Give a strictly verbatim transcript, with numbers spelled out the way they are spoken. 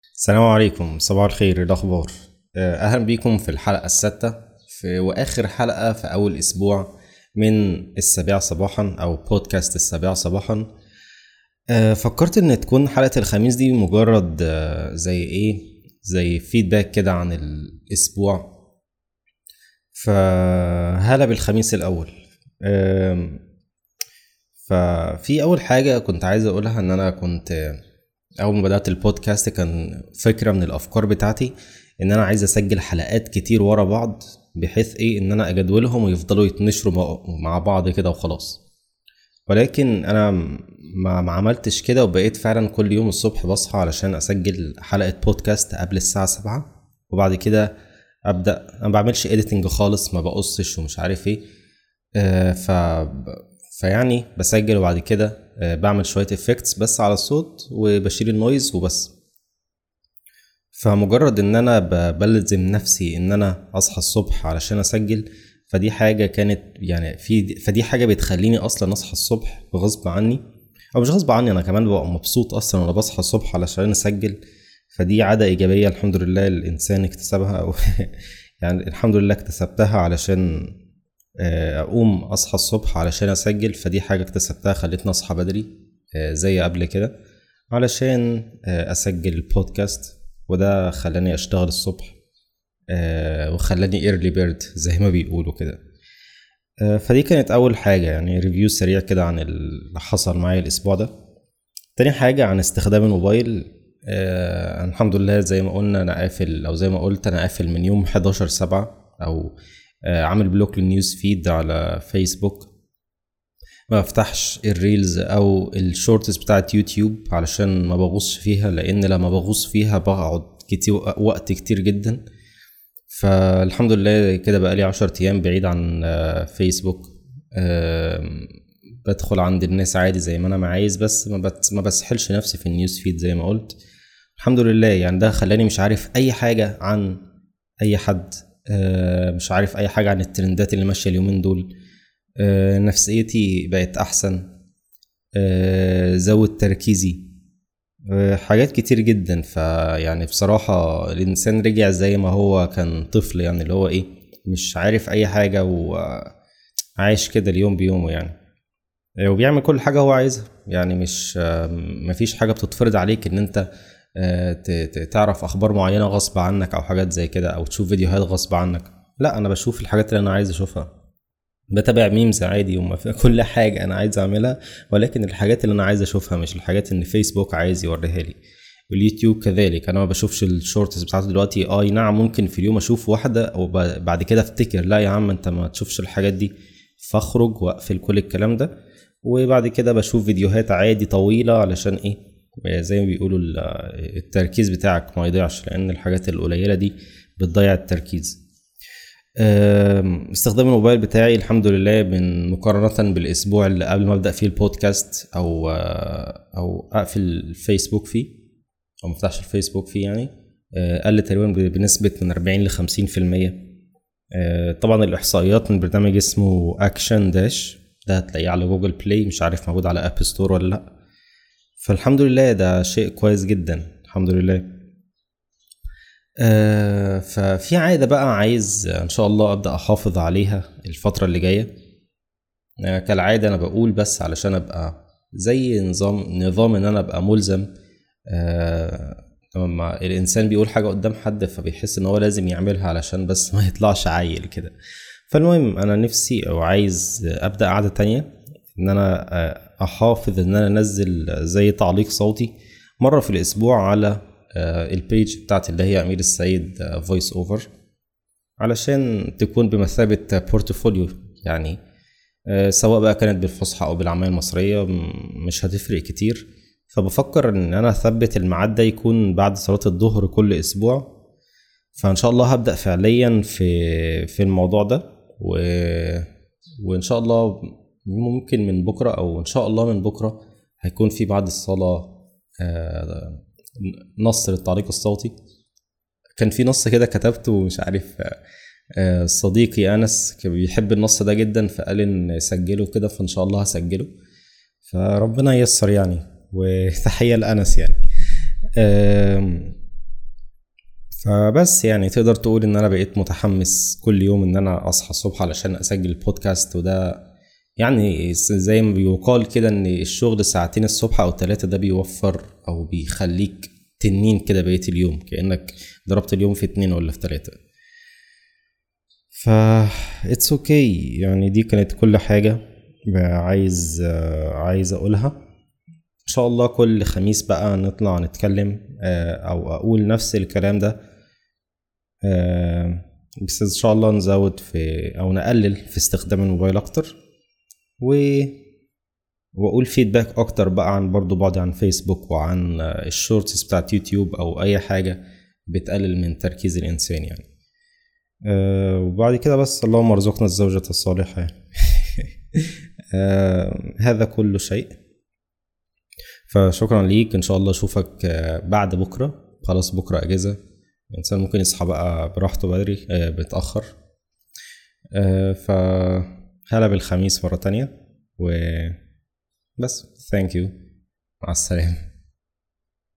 السلام عليكم، صباح الخير. إيه الاخبار؟ آه، اهلا بيكم في الحلقه السادسه في واخر حلقه في اول اسبوع من السابعه صباحا او بودكاست السابعه صباحا. آه، فكرت ان تكون حلقه الخميس دي مجرد آه، زي ايه زي فيدباك كده عن الاسبوع. فهلا بالخميس الاول. آم، ففي اول حاجه كنت عايز اقولها ان انا كنت اول ما بدات البودكاست كان فكره من الافكار بتاعتي ان انا عايز اسجل حلقات كتير ورا بعض، بحيث ايه ان انا اجدولهم ويفضلوا يتنشروا مع مع بعض كده وخلاص. ولكن انا ما ما عملتش كده، وبقيت فعلا كل يوم الصبح بصحى علشان اسجل حلقه بودكاست قبل الساعه سبعة، وبعد كده ابدا. انا ما بعملش اديتنج خالص، ما بقصش ومش عارف ايه. آه، ف فيعني بسجل وبعد كده آه، بعمل شوية افكتس بس على الصوت وبشيل النويز وبس. فمجرد ان انا ب- بلزم نفسي ان انا اصحى الصبح علشان اسجل، فدي حاجة كانت يعني في فدي حاجة بتخليني اصلا اصحى الصبح غصب عني، او مش غصب عني، انا كمان ببقى مبسوط اصلا وانا بصحى الصبح علشان اسجل. فدي عادة ايجابية الحمد لله الانسان اكتسبها، او يعني الحمد لله اكتسبتها علشان آه، اقوم اصحى الصبح علشان اسجل. فدي حاجة اكتسبتها خلتني اصحى بدري آه، زي قبل كده علشان آه، اسجل البودكاست. وده خلاني اشتغل الصبح آه، وخلاني ايرلي بيرد زي ما بيقولوا كده. آه، فدي كانت اول حاجة، يعني ريفيو سريع كده عن اللي حصل معايا الاسبوع ده. تاني حاجة عن استخدام الموبايل. آه الحمد لله زي ما قلنا انا قافل، او زي ما قلت انا قافل من يوم حداشر سبعة، او آه عامل بلوك للنيوز فيد على فيسبوك. ما بفتحش الريلز او الشورتس بتاعت يوتيوب علشان ما بغوصش فيها، لان لما بغوص فيها بقعد كتير وقت كتير جدا. فالحمد لله كده بقالي عشر ايام بعيد عن آه، فيسبوك. آم، بدخل عند الناس عادي زي ما انا ما عايز، بس ما, بت... ما بسحلش نفسي في النيوز فيد زي ما قلت. الحمد لله، يعني ده خلاني مش عارف اي حاجة عن اي حد. آه، مش عارف اي حاجة عن الترندات اللي ماشية اليومين دول. آه، نفسيتي بقت احسن. آه، زود تركيزي. آه، حاجات كتير جدا. فيعني بصراحة الإنسان رجع زي ما هو كان طفل، يعني اللي هو إيه، مش عارف أي حاجة وعايش كده اليوم بيومه يعني. آه، وبيعمل كل حاجة هو عايزها، يعني مش آه، مفيش حاجة بتتفرض عليك إن أنت آه، ت- ت- تعرف أخبار معينة غصب عنك أو حاجات زي كده، أو تشوف فيديوهات غصب عنك. لا، أنا بشوف الحاجات اللي أنا عايز أشوفها. بتابع ميمز عادي وما في كل حاجة أنا عايز أعملها، ولكن الحاجات اللي أنا عايز أشوفها مش الحاجات اللي فيسبوك عايز يوريها لي. واليوتيوب كذلك، أنا ما بشوفش الشورتس بتاعته دلوقتي. آي نعم، ممكن في اليوم أشوف واحدة وبعد كده أفتكر لا يا عم أنت ما تشوفش الحاجات دي، فأخرج وأقفل كل الكلام ده. وبعد كده بشوف فيديوهات عادي طويلة علشان إيه، زي ما بيقولوا ال- التركيز بتاعك ما يضيعش، لأن الحاجات القليلة دي بتضيع التركيز. أم، استخدام الموبايل بتاعي الحمد لله من مقارنة بالاسبوع اللي قبل ما ابدا فيه البودكاست، او او اقفل الفيسبوك فيه، او مفتحش الفيسبوك فيه يعني. أه، قل تقريبا بنسبة من أربعين ل خمسين في المية. أه، طبعا الاحصائيات من برنامج اسمه اكشن داش، ده هتلاقيه على جوجل بلاي، مش عارف موجود على اب ستور ولا لا. فالحمد لله ده شيء كويس جدا، الحمد لله. آه، ففي عادة بقى عايز ان شاء الله ابدا احافظ عليها الفترة اللي جاية. آه، كالعادة انا بقول بس علشان ابقى زي نظام نظام ان انا ابقى ملزم. آه، لما الانسان بيقول حاجة قدام حد فبيحس ان هو لازم يعملها علشان بس ما يطلعش عيل كده. فالمهم انا نفسي او عايز ابدا عادة تانية، ان انا آه، احافظ ان انا انزل زي تعليق صوتي مرة في الاسبوع على آه، البيج بتاعت اللي هي امير السيد فويس اوفر، علشان تكون بمثابة بورتفوليو يعني. آه، سواء بقى كانت بالفصحى او بالعامية المصرية م- مش هتفرق كتير. فبفكر ان انا اثبت الميعاد ده يكون بعد صلاة الظهر كل اسبوع. فان شاء الله هبدأ فعليا في في الموضوع ده و... وان شاء الله ممكن من بكرة، او ان شاء الله من بكرة هيكون في بعد الصلاة آه، نص للتعليق الصوتي. كان في نص كده كتبته مش عارف، آه، صديقي أنس كان بيحب النص ده جدا فقال إن سجله كده، فإن شاء الله هسجله. فربنا ييسر يعني، وتحية لأنس يعني. آم، فبس يعني تقدر تقول ان انا بقيت متحمس كل يوم ان انا اصحى الصبح علشان اسجل البودكاست. وده يعني زي ما بيقال كده ان الشغل ساعتين الصبح او ثلاثة ده بيوفر او بيخليك تنين كده بقية اليوم، كأنك ضربت اليوم في اتنين ولا في ثلاثة. ف it's okay يعني. دي كانت كل حاجة عايز عايز اقولها. ان شاء الله كل خميس بقى نطلع نتكلم او اقول نفس الكلام ده، بس ان شاء الله نزود في او نقلل في استخدام الموبايل اكتر، و واقول فيدباك اكتر بقى عن برضو بعض عن فيسبوك وعن الشورتس بتاعت يوتيوب او اي حاجة بتقلل من تركيز الانسان يعني. أه وبعد كده بس اللهم ارزقنا الزوجة الصالحة يعني. أه هذا كل شيء. فشكرا ليك، ان شاء الله اشوفك بعد بكرة. خلاص بكرة اجازة، الانسان ممكن يصحى بقى براحته بدري أه بتأخر. أه فهلا بالخميس مرة تانية وبس. ثانك يو، مع السلامة.